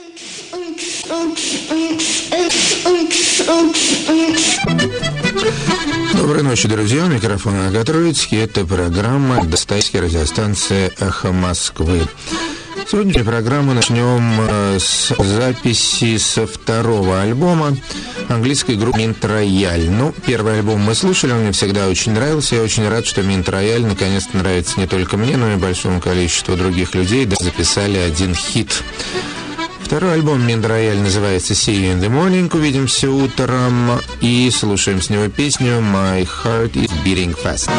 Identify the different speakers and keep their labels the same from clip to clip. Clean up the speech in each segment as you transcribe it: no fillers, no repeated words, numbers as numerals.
Speaker 1: Доброй ночи, друзья. У микрофона Агат Троицкий. Это программа «Достоевский», радиостанция «Эхо Москвы». Сегодняшнюю программу начнем с записи со второго альбома английской группы Mint Royale. Ну, первый альбом мы слушали, он мне всегда очень нравился. Я очень рад, что Mint Royale наконец-то нравится не только мне, но и большому количеству других людей. Да, записали один хит. Второй альбом Mint Royale называется «See You in the Morning», «Увидимся утром», и слушаем с него песню «My Heart is Beating Fast».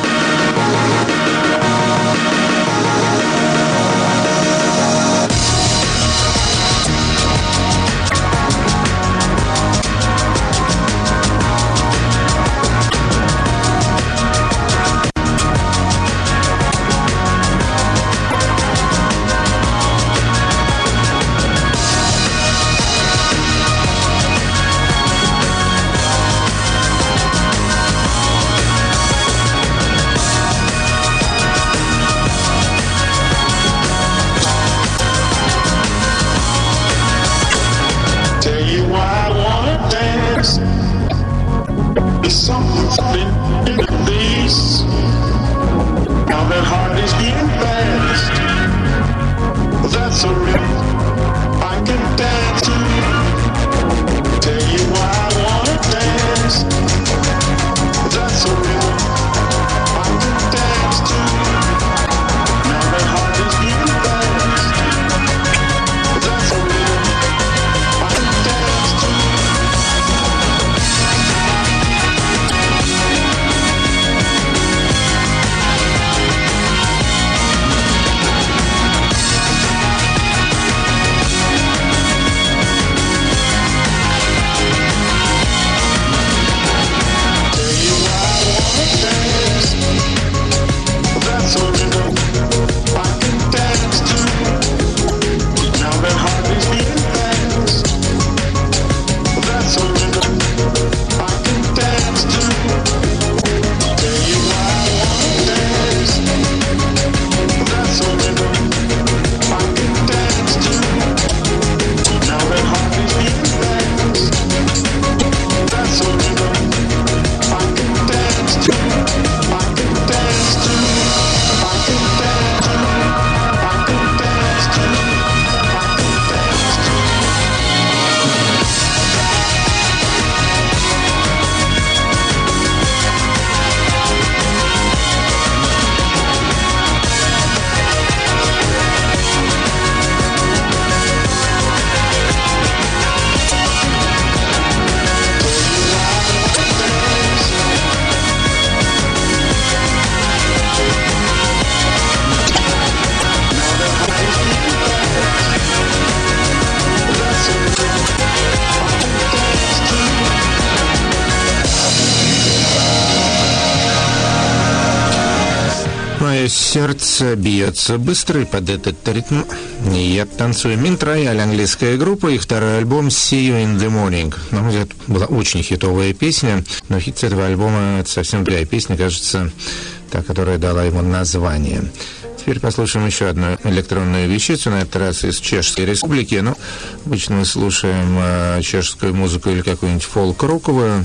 Speaker 1: Сердце бьется быстро, и под этот ритм я танцую. Mint Royale, английская группа, их второй альбом «See You in the Morning». На мой взгляд, была очень хитовая песня, но хит с этого альбома — это совсем другая песня, кажется, та, которая дала ему название. Теперь послушаем еще одну электронную вещицу, на этот раз из Чешской Республики. Ну, обычно мы слушаем чешскую музыку или какую-нибудь фолк-роковую,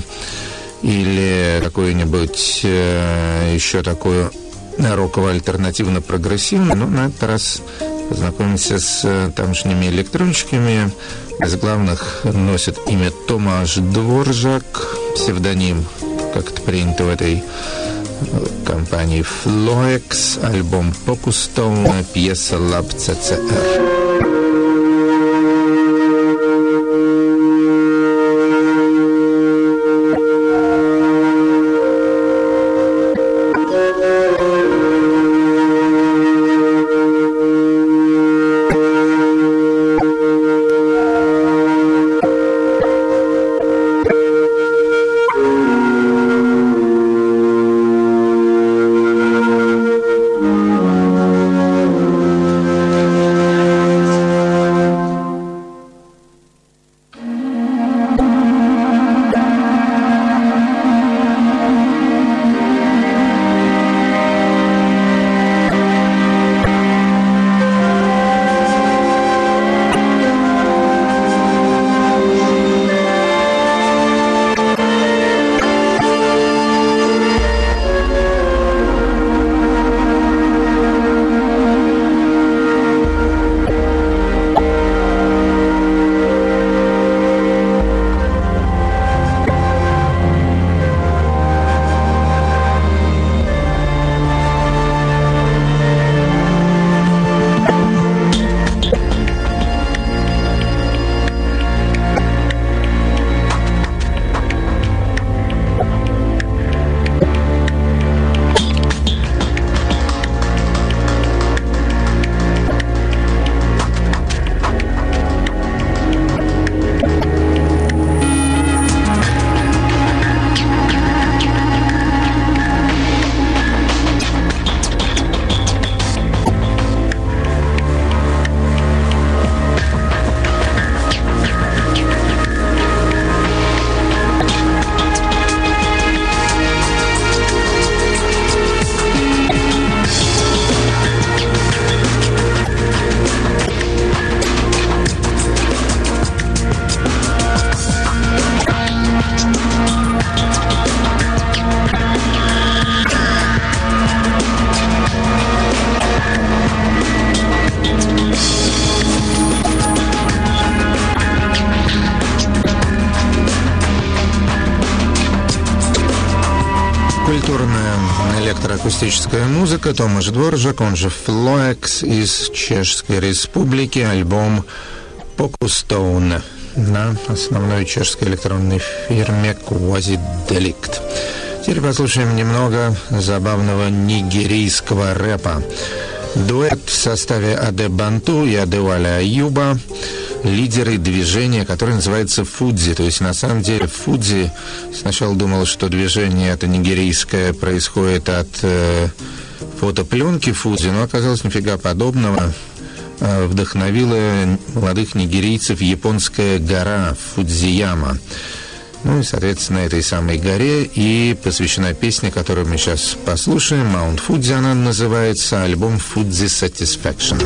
Speaker 1: или какую-нибудь еще такую роково-альтернативно-прогрессивную, но на этот раз познакомимся с тамошними электронщиками. Из главных носит имя Томаш Дворжак, псевдоним, как это принято в этой компании, Floex, альбом Покустон, пьеса Lab CCR. Ультраобзорная электроакустическая музыка. Томаш Дворжак, он же Флоекс из Чешской Республики. Альбом Покустоун на основной чешской электронной фирме Quasi-Delict. Теперь послушаем немного забавного нигерийского рэпа. Дуэт в составе Аде Банту и Адеваля Аюба, лидеры движения, которое называется Фудзи. То есть, на самом деле, Фудзи, сначала думал, что движение это нигерийское происходит от фотопленки Фудзи, но оказалось нифига подобного. Вдохновила молодых нигерийцев японская гора Фудзияма. Ну и, соответственно, этой самой горе и посвящена песня, которую мы сейчас послушаем. Маунт Фудзи она называется, альбом Fudzi Satisfaction.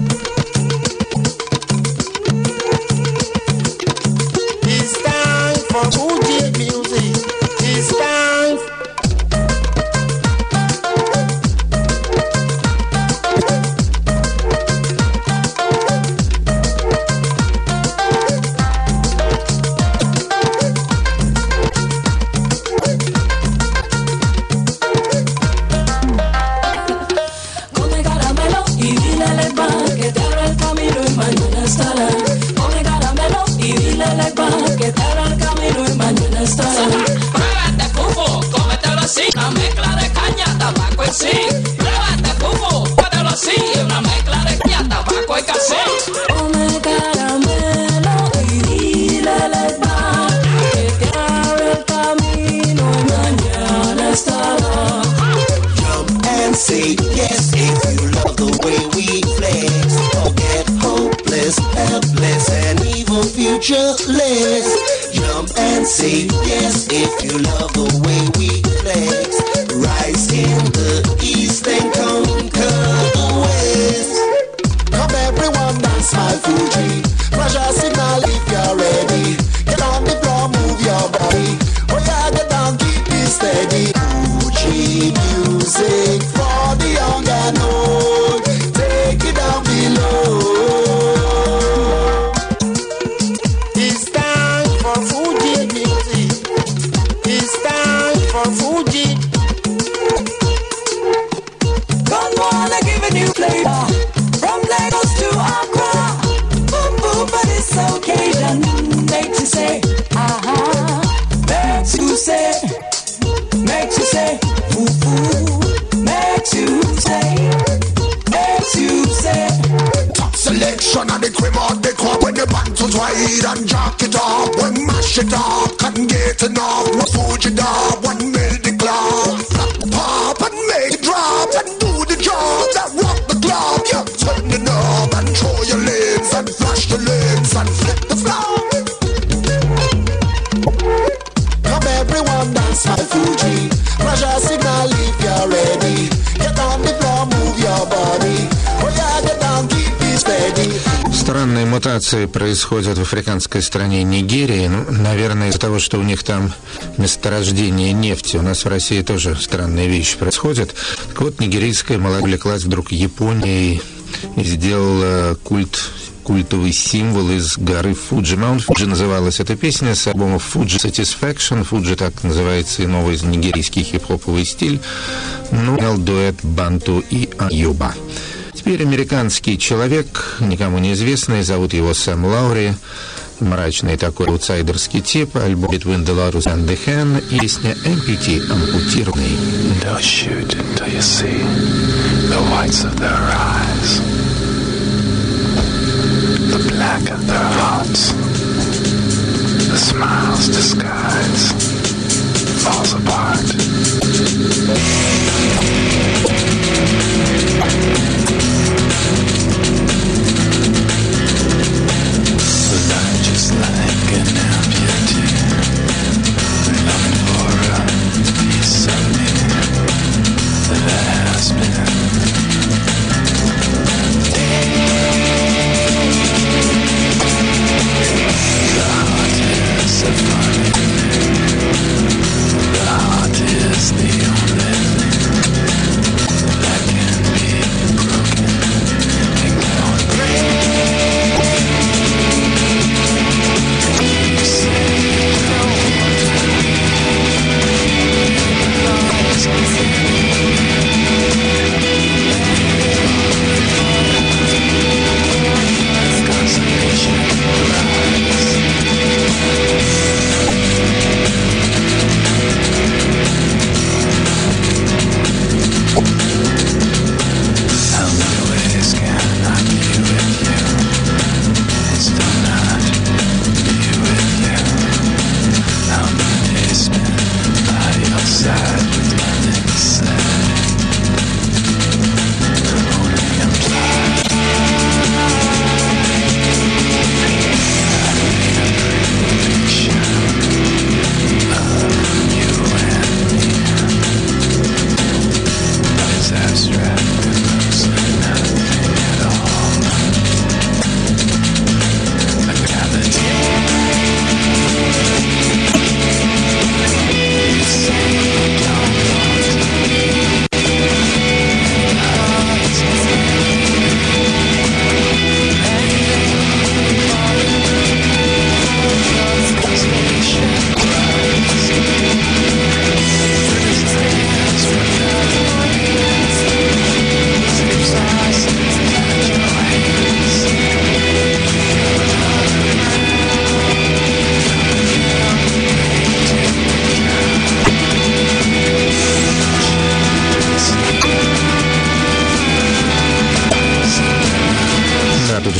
Speaker 1: Странные мутации происходят в африканской стране Нигерии. Ну, наверное, из-за того, что у них там месторождение нефти. У нас в России тоже странные вещи происходят. Так вот, нигерийская молодежь увлеклась вдруг Японией и сделала культовый символ из горы Фуджи. Маунт Фуджи называлась эта песня с альбома Fudzi Satisfaction. Фуджи так называется и новый нигерийский хип-хоповый стиль. Ну, дуэт Банту и Аюба. Теперь американский человек, никому неизвестный, зовут его Сэм Лаури. Мрачный такой аутсайдерский тип. Альбом Between the Lotus and the Hen и песня Amputee, ампутированный.
Speaker 2: Don't shoot until you see the whites of their eyes, the black of their hearts, the smiles disguise falls apart. Just like an amputee, longing for a piece of me that has been. The heart is a funny thing.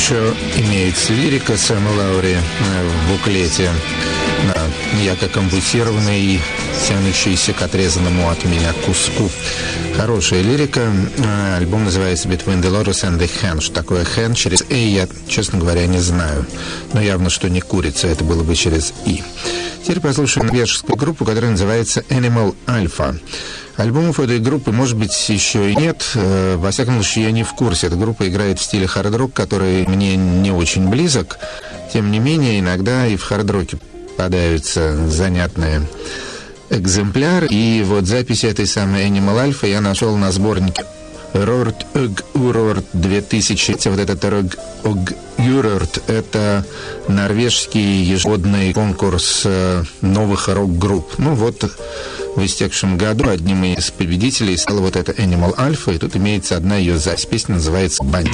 Speaker 1: еще имеется лирика Сэма Лаури в буклете, якобы ампутированный, тянущийся к отрезанному от меня куску. Хорошая лирика. Альбом называется Between the Lotus and the Hen. Что такое Hen через «э» я, честно говоря, не знаю. Но явно, что не курица, это было бы через «и». Теперь послушаем норвежскую группу, которая называется Animal Alpha. Альбомов этой группы, может быть, еще и нет. Во всяком случае, я не в курсе. Эта группа играет в стиле хард-рок, который мне не очень близок. Тем не менее, иногда и в хард-роке попадаются занятные экземпляры. И вот записи этой самой Animal Alpha я нашел на сборнике Rort Ug Urort 2000. Вот этот Rort Ug Urort — это норвежский ежегодный конкурс новых рок-групп. Ну вот, в истекшем году одним из победителей стала вот эта Animal Alpha, и тут имеется одна ее запись. Песня называется «Бандит».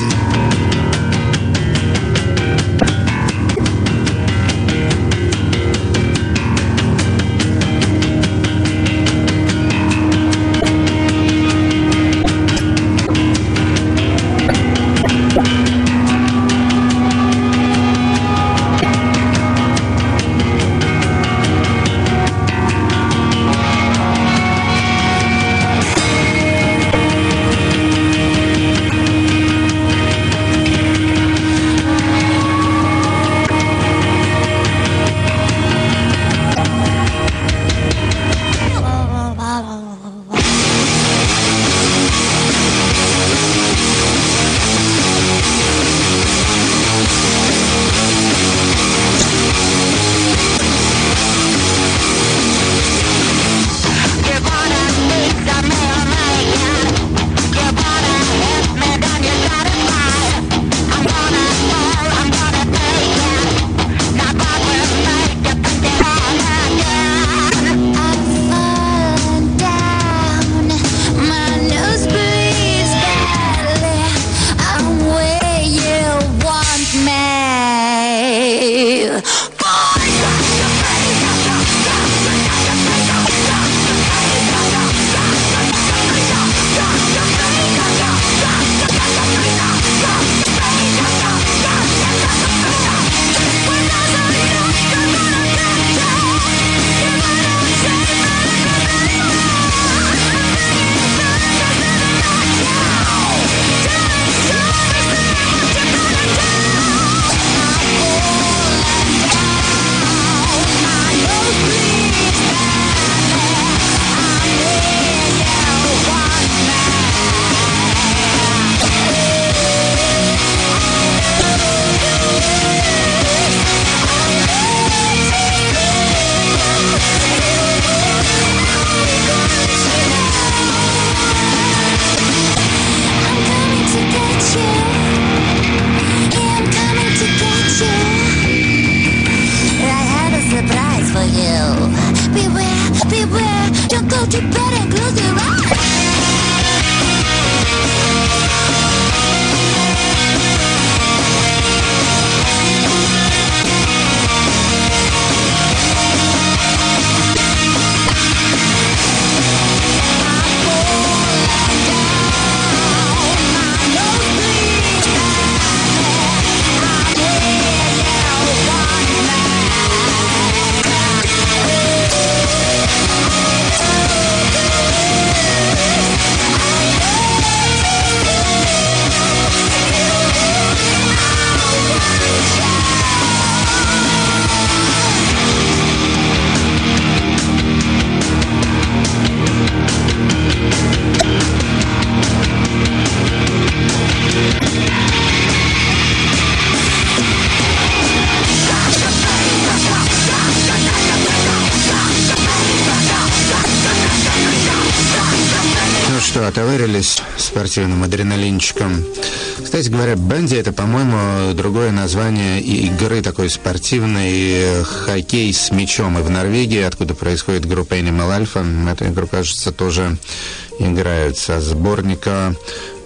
Speaker 1: Отоварились спортивным адреналинчиком. Кстати говоря, банди — это, по-моему, другое название игры такой спортивной, хоккей с мячом. И в Норвегии, откуда происходит группа Animal Alpha, эту игру, кажется, тоже играют со сборника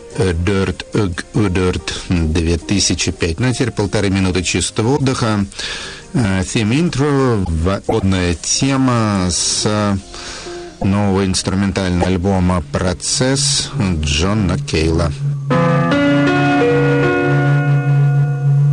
Speaker 1: Dirt Ug Udert 2005. Ну, а теперь 1,5 минуты чистого отдыха. Theme intro, вводная тема с нового инструментального альбома «Процесс» Джона Кейла.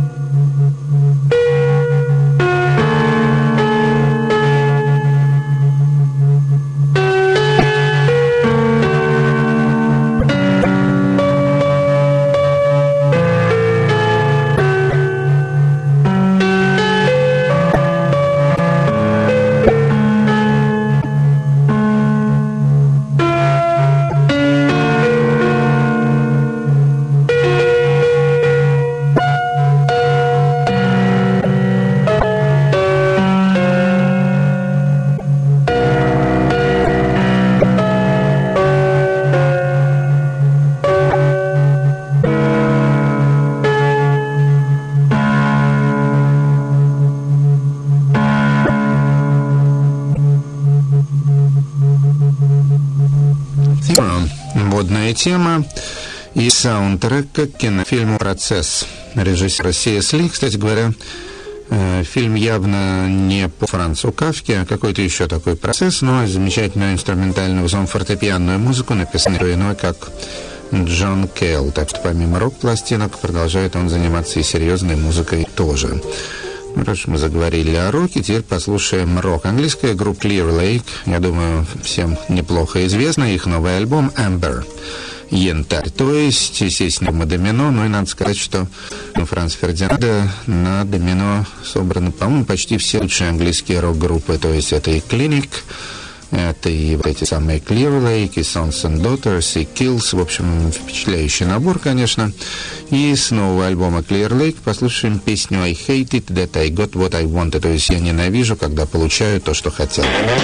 Speaker 1: заглавная тема и саундтрек к кинофильму «Процесс» режиссера C.S. Ли. Кстати говоря, фильм явно не по Францу Кафке, а какой-то еще такой процесс, но замечательную инструментальную фортепианную музыку написал никто иной, как Джон Кейл. Так что помимо рок-пластинок продолжает он заниматься и серьезной музыкой тоже. Раз мы заговорили о роке, теперь послушаем рок. Английская группа Clear Lake, я думаю, всем неплохо известна, их новый альбом «Amber». Янтарь, то есть, естественно, домино, но и надо сказать, что Франц Фердинанда на домино собраны, по-моему, почти все лучшие английские рок-группы, то есть это и Clinic, это и вот эти самые Clear Lake, и Sons and Daughters, и Kills, в общем, впечатляющий набор, конечно. И с нового альбома Clear Lake послушаем песню I Hate It That I Got What I Wanted, то есть я ненавижу, когда получаю то, что хотел.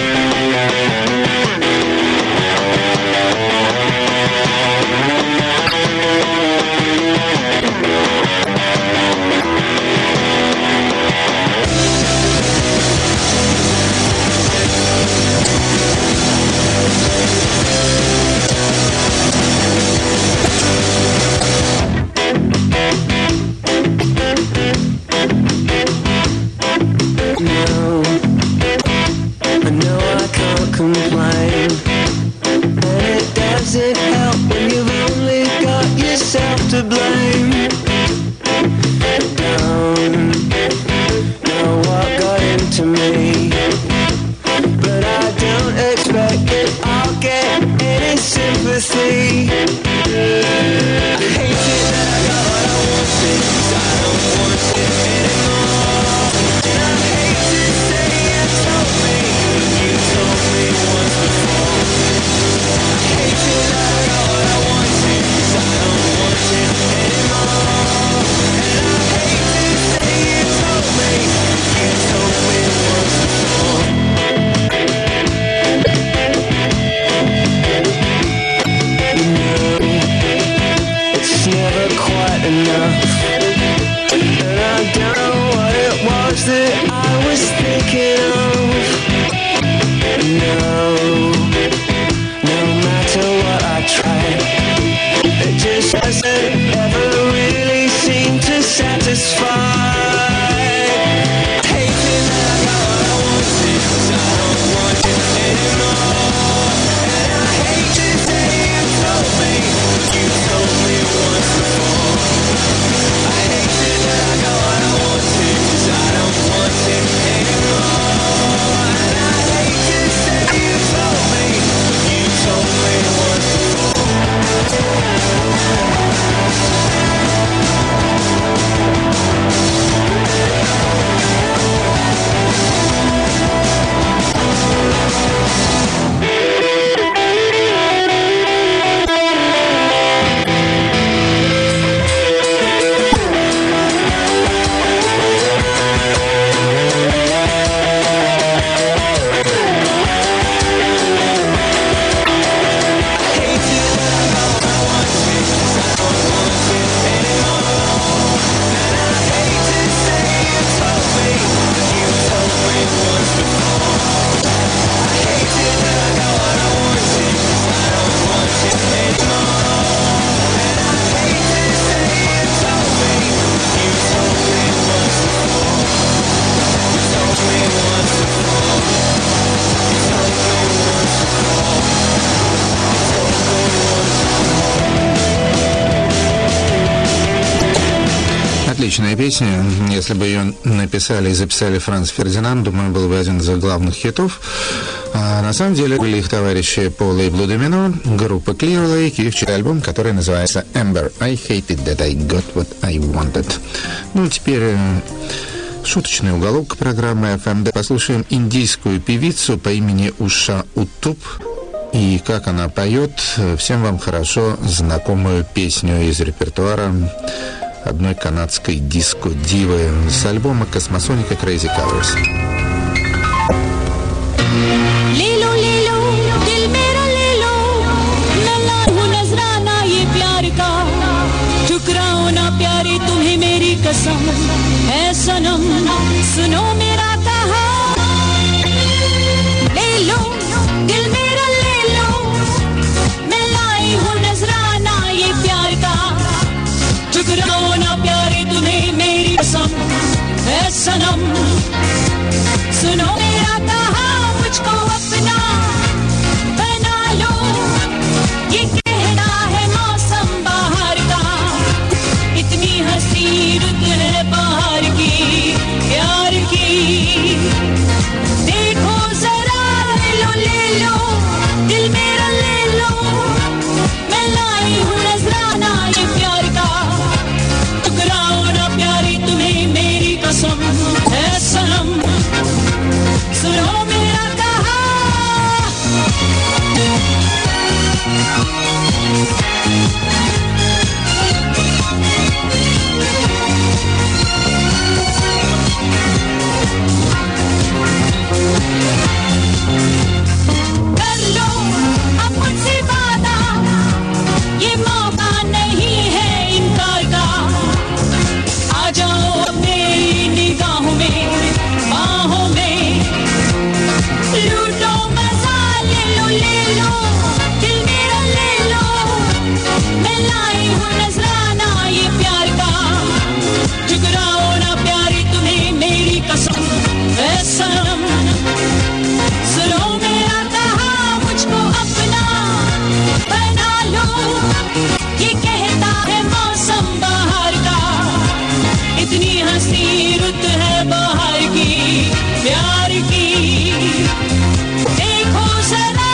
Speaker 1: Отличная песня. Если бы ее написали и записали Франц Фердинанд, думаю, был бы один из главных хитов. А на самом деле были их товарищи по лейблу Domino, группа Clear Lake, и их альбом, который называется Amber. I Hate It That I Got What I Wanted. Ну, теперь шуточный уголок программы FMD. Послушаем индийскую певицу по имени Уша Утуп. И как она поет всем вам хорошо знакомую песню из репертуара одной канадской диско-дивы с альбома Cosmosonica Crazy Colors.
Speaker 3: ले लो दिल मेरा ले लो मैं लाई हूँ नजरा सनम सुनो मेरा कहा मुझको अपना बना लो ये कहना है मौसम बाहर का इतनी हंसी रुत है बाहर की प्यार की देखो जरा ले लो दिल मेरा ले लो मैं लाई हूँ नजराना ये प्यार का टुकराओ ना प्यारी तुम्हें मेरी कसम है सनम सुनो मेरा कहा कर लो अब मुझसे वादा ये मौका नहीं है इनकार का आ जाओ मेरी निगाहों में बाहों में लूटो मजा ले लो दिल मेरा ले लो मैं लाई हूँ नजराना ये प्यार का ठुकराओ ना प्यारी तुम्हें मेरी कसम है सनम सुनो मेरा कहा मुझको अपना बना लो ये कहता है मौसम बाहर का इतनी हंसी रुत है बाहर की प्यार की देखो जरा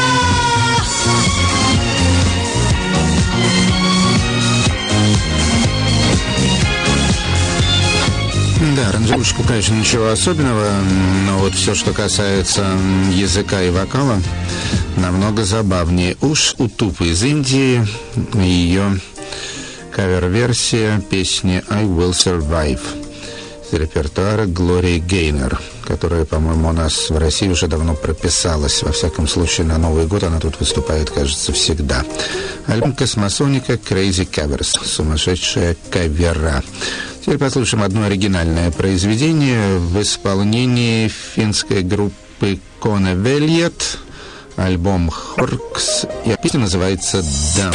Speaker 1: Да, аранжировочку, конечно, ничего особенного, но вот все, что касается языка и вокала, намного забавнее. Уж Утуп из Индии, ее кавер-версия песни «I Will Survive» из репертуара Глории Гейнер, которая, по-моему, у нас в России уже давно прописалась. Во всяком случае, на Новый год она тут выступает, кажется, всегда. Альбом «Космосоника» «Crazy Covers» — «Сумасшедшие кавера». Теперь послушаем одно оригинальное произведение в исполнении финской группы Kone Veljet, альбом «Хоркс», и песня называется «Дан».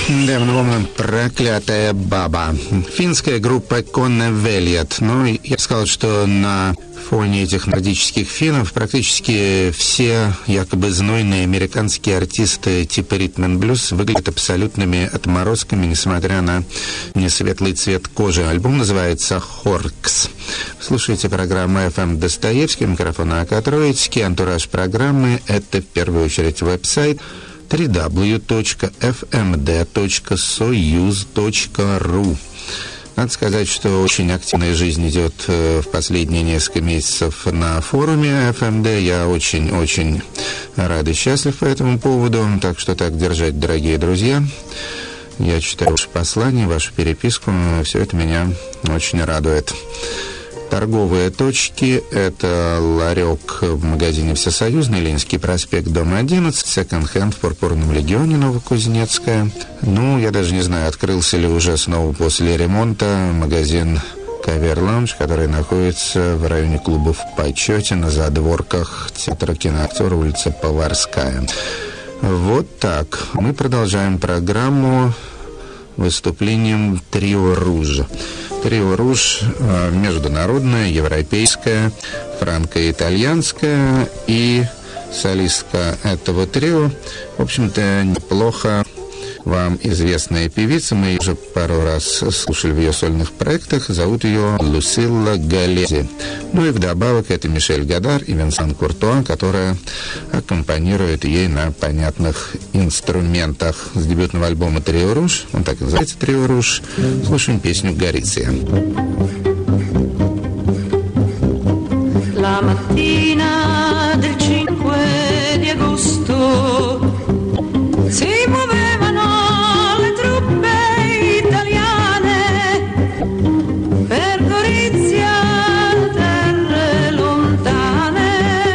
Speaker 1: Давно проклятая баба. Финская группа Конне Вельят. Ну, я сказал, что на фоне этих нордических финнов практически все якобы знойные американские артисты типа ритм н блюз выглядят абсолютными отморозками, несмотря на несветлый цвет кожи. Альбом называется «Хоркс». Слушайте программу FM Достоевский, микрофон АК Троицкий. Антураж программы — это в первую очередь веб-сайт www.fmd.soyuz.ru. Надо сказать, что очень активная жизнь идет в последние несколько месяцев на форуме FMD. Я очень-очень рад и счастлив по этому поводу. Так что так держать, дорогие друзья. Я читаю ваше послание, вашу переписку. Все это меня очень радует. Торговые точки — это ларек в магазине «Всесоюзный», Ленинский проспект, дом 11, секонд-хенд в Пурпурном Легионе, Новокузнецкая. Ну, я даже не знаю, открылся ли уже снова после ремонта магазин «Кавер Лаунж», который находится в районе клуба «В почете» на задворках театра «Киноактер», улица Поварская. Вот так. Мы продолжаем программу выступлением «Трио Руж». «Трио Руж» международная, европейская, франко-итальянская, и солистка этого трио, в общем-то, неплохо вам известная певица. Мы ее уже пару раз слушали в ее сольных проектах. Зовут ее Лусилла Галези. Ну и вдобавок это Мишель Гадар и Винсан Куртуа, которая аккомпанирует ей на понятных инструментах. С дебютного альбома «Трио Руж», он так и называется «Трио Руж», слушаем песню «Гориция».
Speaker 3: La mattina del 5 di agosto si muovevano le truppe italiane per Gorizia, terre lontane,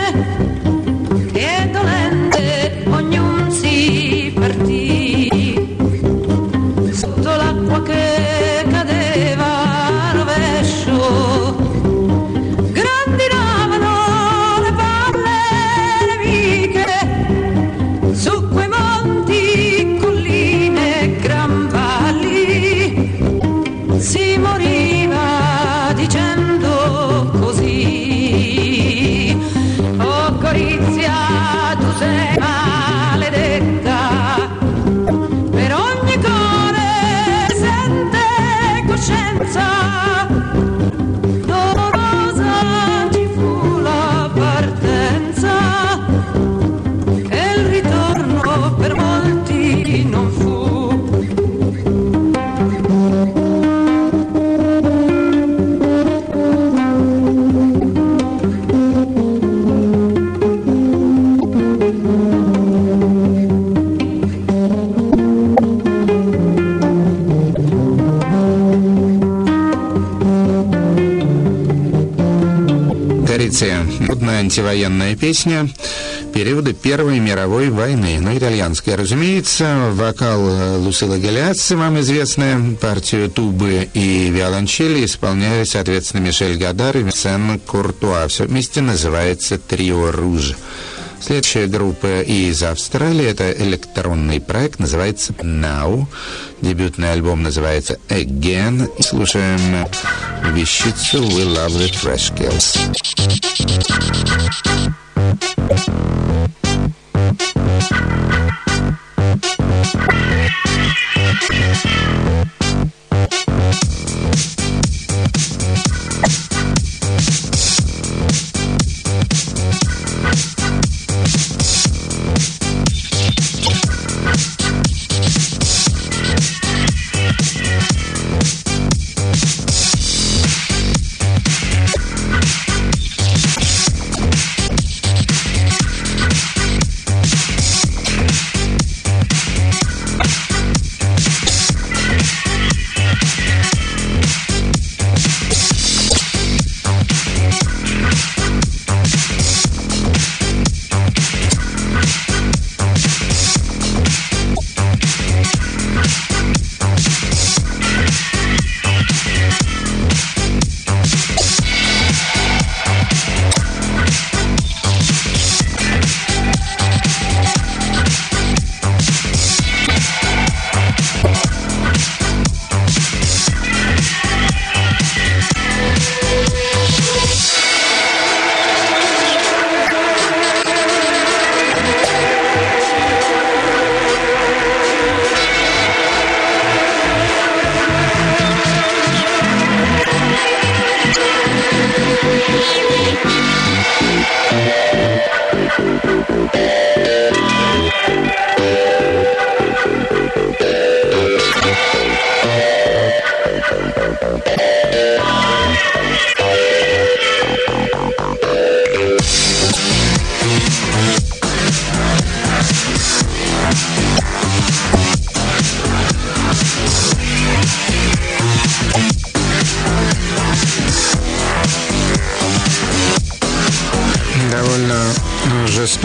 Speaker 3: e dolente ognuno si partì sotto l'acqua che cadeva a rovescio. Grandinavano le palle nemiche su quei monti, colline e gran valli. Si moriva dicendo così: oh Gorizia, tu sei maledetta, per ogni cuore sente coscienza. Dolorosa ci fu la partenza e il ritorno per molti non fu.
Speaker 1: «Гориция» — модная антивоенная песня периода Первой мировой войны. Но итальянская, разумеется. Вокал Лусилла Галиаци, вам известная. Партию тубы и виолончели исполняют, соответственно, Мишель Гадар и Винсан Куртуа. Все вместе называется «Трио Руж». Следующая группа из Австралии — это электронный проект, называется «Now». Дебютный альбом называется «Again». И слушаем вещицу «We Love the Trash Kills».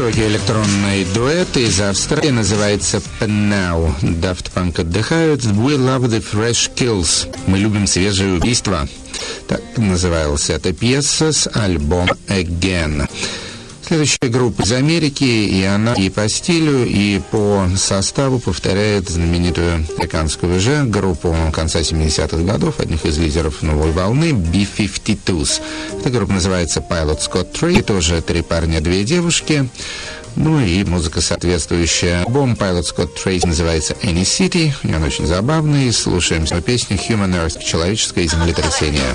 Speaker 1: строгий электронный дуэт из Австралии, называется Now. Daft Punk отдыхают. We love the fresh kills. Мы любим свежие убийства. Так называлась эта пьеса с альбома Again. Следующая группа из Америки, и она и по стилю, и по составу повторяет знаменитую американскую же группу конца 70-х годов, одних из лидеров новой волны, B-52s. Эта группа называется Pilot Scott Tracy, тоже 3 парня, 2 девушки. Ну и музыка соответствующая. Альбом Pilot Scott Tracy называется Any City, и он очень забавный. Слушаем песню Human Earth, человеческое землетрясение.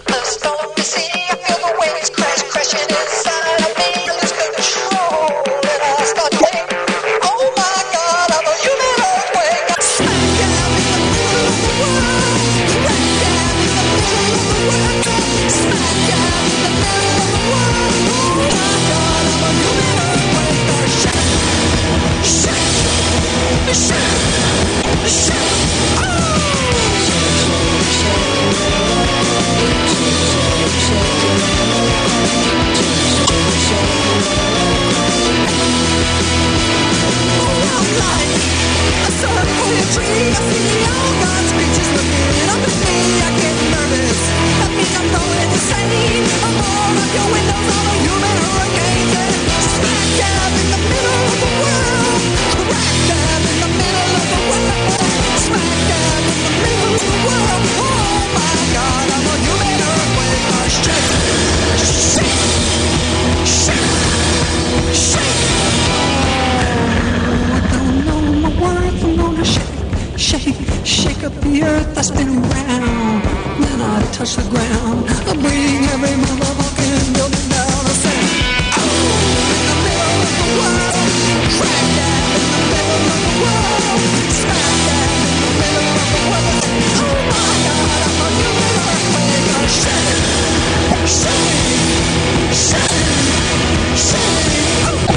Speaker 4: Shake up the earth, I spin around. Then I touch the ground. I'm bringing every motherfucking building down. I say, oh, in the middle of the world. Crack that in the middle of the world. Smack that in the middle of the world. Oh my God, I'm a human earthquake. I'm shaking, shaking, shaking, shaking.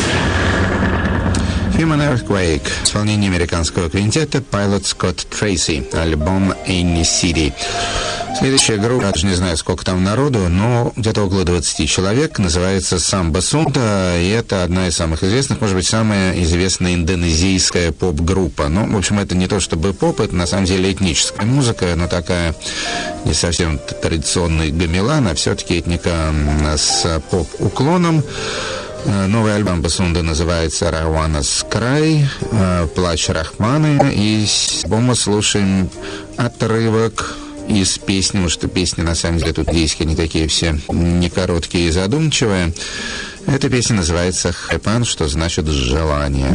Speaker 1: Human Earthquake. Исполнение американского квинтета Pilot Scott Tracy. Альбом Any City. Следующая группа, я даже не знаю, сколько там народу, но где-то около 20 человек, называется Самба Сунта, и это одна из самых известных, может быть, самая известная индонезийская поп-группа. Ну, в общем, это не то чтобы поп, это на самом деле этническая музыка, но такая не совсем традиционный гамелан, а все-таки этника с поп-уклоном. Новый альбом Басунда называется «Рахванас Край», «Плач Рахманы», и с альбома слушаем отрывок из песни, потому что песни, на самом деле, тут диски, они такие все не короткие и задумчивые. Эта песня называется «Хэпан», что значит «желание».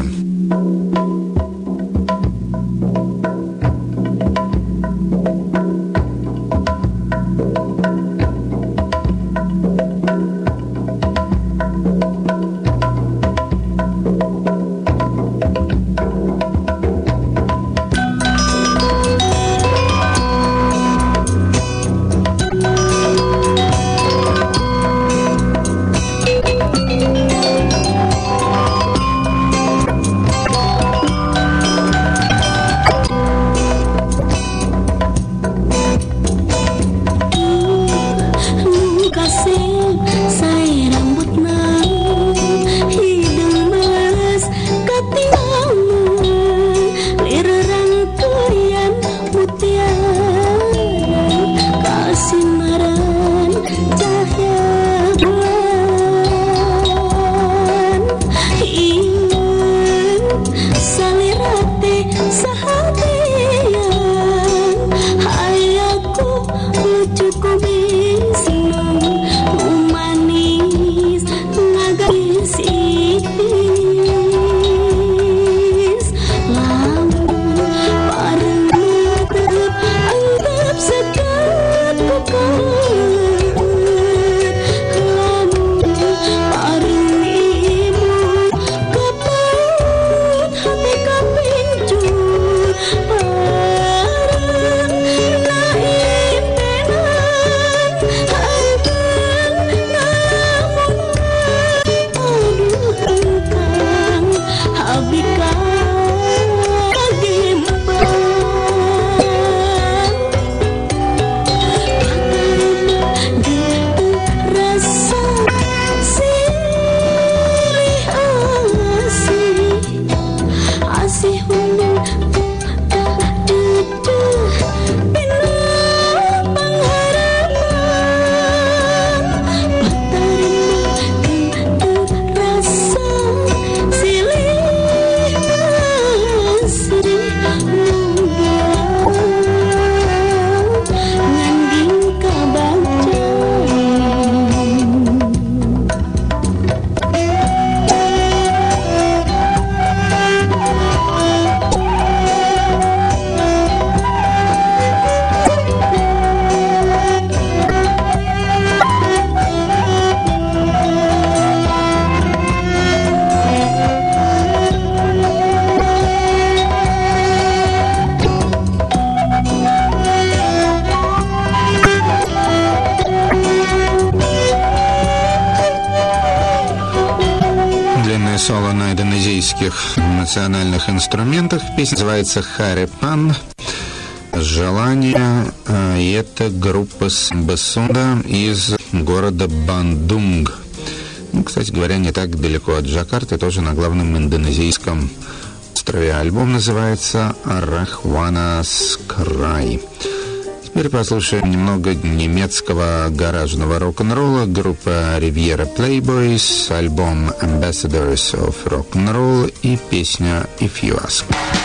Speaker 1: русских национальных инструментах. Песня называется «Харипан. Желание». И это группа Самбасунда из города Бандунг. Ну, кстати говоря, не так далеко от Джакарты, тоже на главном индонезийском острове. Альбом называется «Рахванас Край». Теперь послушаем немного немецкого гаражного рок-н-ролла. Группа Riviera Playboys, альбом Ambassadors of Rock'n'Roll и песня If You Ask.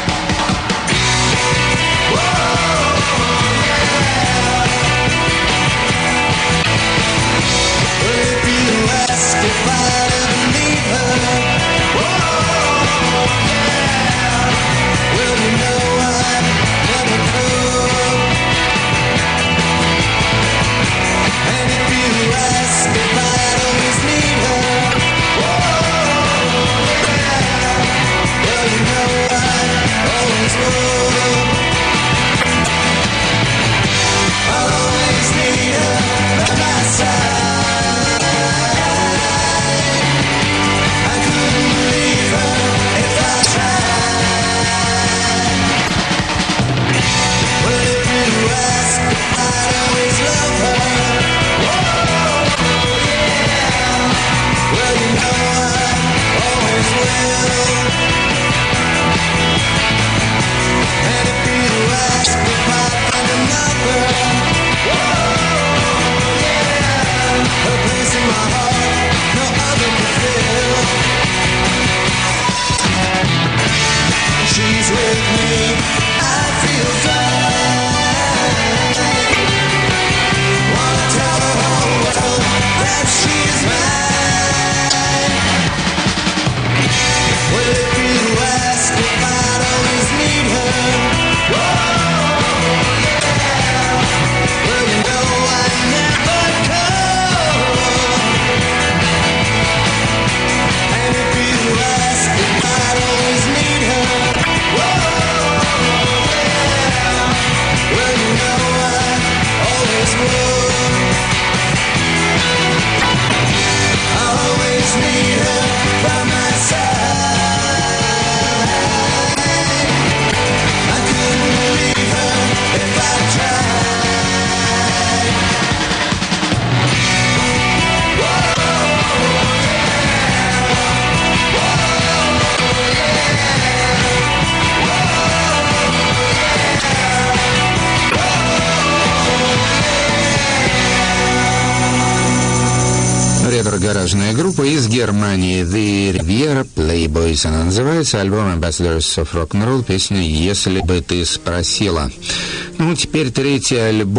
Speaker 1: Гаражная группа из Германии, The Riviera Playboys. Она называется, альбом Ambassadors of Rock'n'Roll, песня «Если бы ты спросила». Ну, теперь третий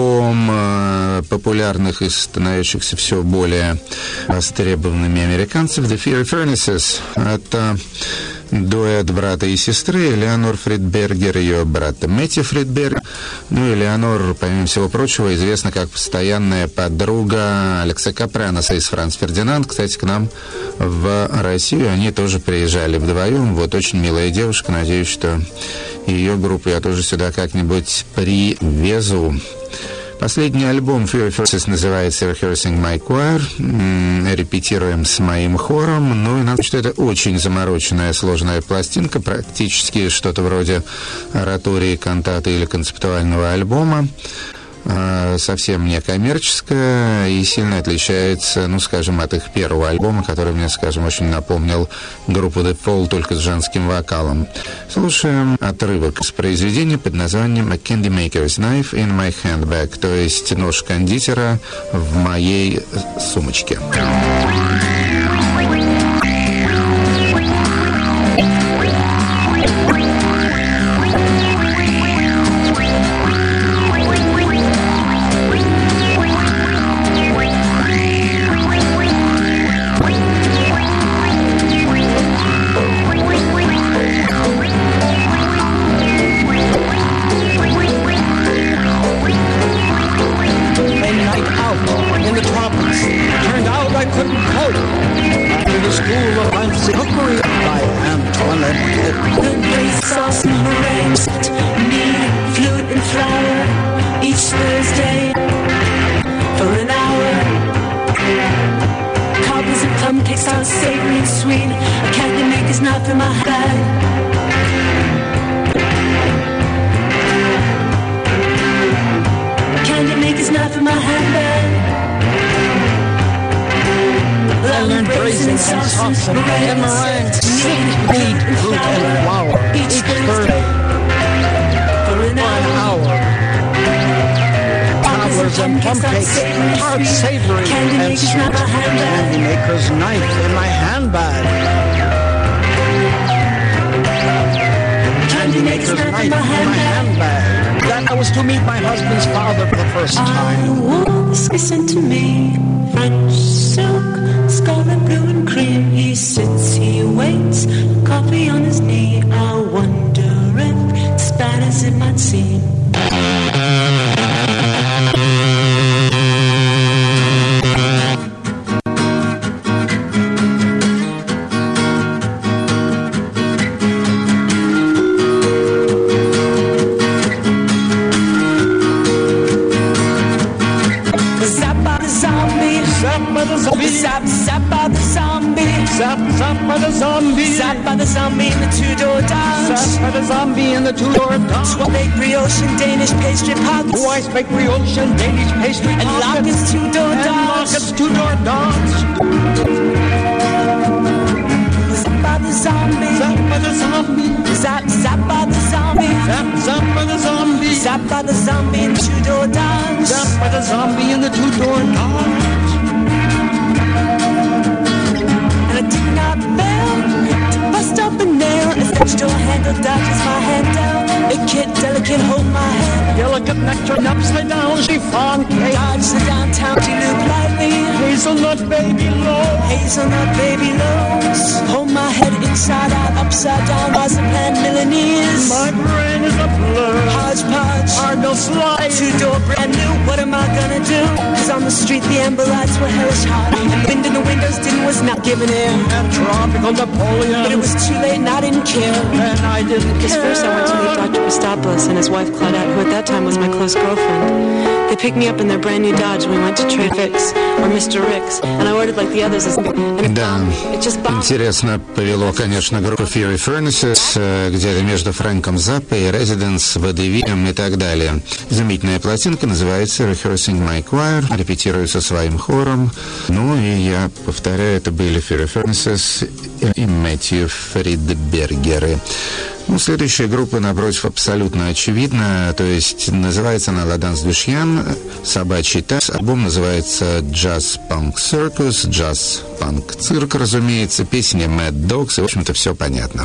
Speaker 1: альбом популярных и становящихся все более востребованными американцев, The Fiery Furnaces. Это дуэт брата и сестры, Элеонор Фридбергер и ее брата Мэтью Фридбергер. Ну, Элеонор, помимо всего прочего, известна как постоянная подруга Алекса Капраноса из «Франц Фердинанд». Кстати, к нам в Россию они тоже приезжали вдвоем. Вот очень милая девушка. Надеюсь, что ее группу я тоже сюда как-нибудь привезу. Последний альбом Fiery Furnaces называется Rehearsing My Choir. Репетируем с моим хором. Ну и надо сказать, что это очень замороченная, сложная пластинка. Практически что-то вроде оратории, кантаты или концептуального альбома. Совсем не коммерческая и сильно отличается, ну, скажем, от их первого альбома, который мне, скажем, очень напомнил группу The Fall, только с женским вокалом. Слушаем отрывок из произведения под названием A Candy Maker's Knife in My Handbag, то есть нож кондитера в моей сумочке.
Speaker 4: Couldn't sauce and meringue, sweet fruit and flour, each Thursday for an hour. Cobblers and plum cakes, hard savory and sweet. Candy maker's knife in my handbag. Candy maker's knife in my handbag. That I was to meet my husband's father for the first time.
Speaker 3: Whiskey sent to me, French silk, scarlet, blue and cream. He sits, he waits, coffee on his knee. I wonder if it's bad as it might seem.
Speaker 4: Zapped by the zombie in the two-door Dodge. Zapped by the zombie in the two-door Dodge. White brioche and Danish pastry pots. White brioche and Danish pastry pots. And Lockett's two-door Dodge. And Lockett's two-door Dodge. Zapped by the zombie. Zapped by the zombie. Zapped by the zombie. Zapped by the zombie. Zapped by the zombie in the two-door Dodge. Zapped by the zombie in the two-door Dodge. And I did not fail to bust up a nail. A French door handle dodges my hand down. A kid delicate hold my hand. Delicate neck turned upside down. Chiffon cake. Dodge the downtown T-loop lightly. Hazelnut baby low. Hazelnut baby lows. Hold my head inside out, upside down. Marzipan Milanese. My brain is a blur. Hodgepodge. Argo slide. Two-door brand new. What am I gonna do? Cause on the street the amber lights were hellish hot. And wind in the windows was not giving in. And tropical Napoleon. But it was too late and I didn't care. And I didn't care. Because first I went to meet Dr. Christopoulos and his wife Claudette, who at that time was my close girlfriend. They picked me up in their brand new Dodge and we went to Trade Fix, or Mr. Rick's, and I ordered like the others.
Speaker 1: Да, интересно повело, конечно, группу Fury Furnaces, где-то между Фрэнком Заппой и Residence, Водевилем и так далее. Изумительная пластинка, называется Rehearsing My Choir, репетирую со своим хором. Ну и я повторяю, это были Fury Furnaces и Мэтью Фридбергеры. Ну, следующая группа, напротив, абсолютно очевидна, то есть называется она «La Danse du Chien», «Собачий танец». Альбом называется «Jazz Punk Circus», «Jazz Punk Цирк», разумеется, песня «Mad Dogs», и, в общем-то, все понятно.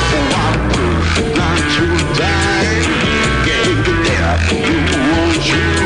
Speaker 2: Not to die, yeah, you want you.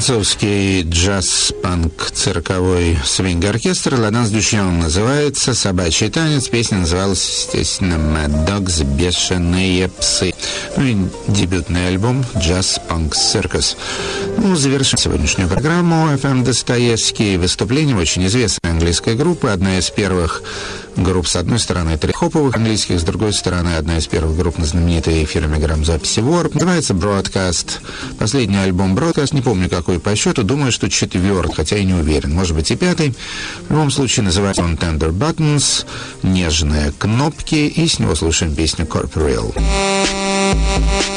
Speaker 1: Французский джаз-панк цирковой свинг-оркестр «La Danse du Chien» называется, «Собачий танец». Песня называлась, естественно, «Mad Dogs», «Бешеные псы». Ну и дебютный альбом «Джаз-панк Circus». Ну, завершим сегодняшнюю программу FM Достоевский выступлением очень известной английской группы. Одна из первых групп, с одной стороны, трип-хоповых английских, с другой стороны, одна из первых групп на знаменитой фирме грамзаписи Warp. Называется Broadcast. Последний альбом Broadcast, не помню какой по счету, думаю, что 4, хотя и не уверен, может быть и 5. В любом случае называется он Tender Buttons, нежные кнопки, и с него слушаем песню Corporeal.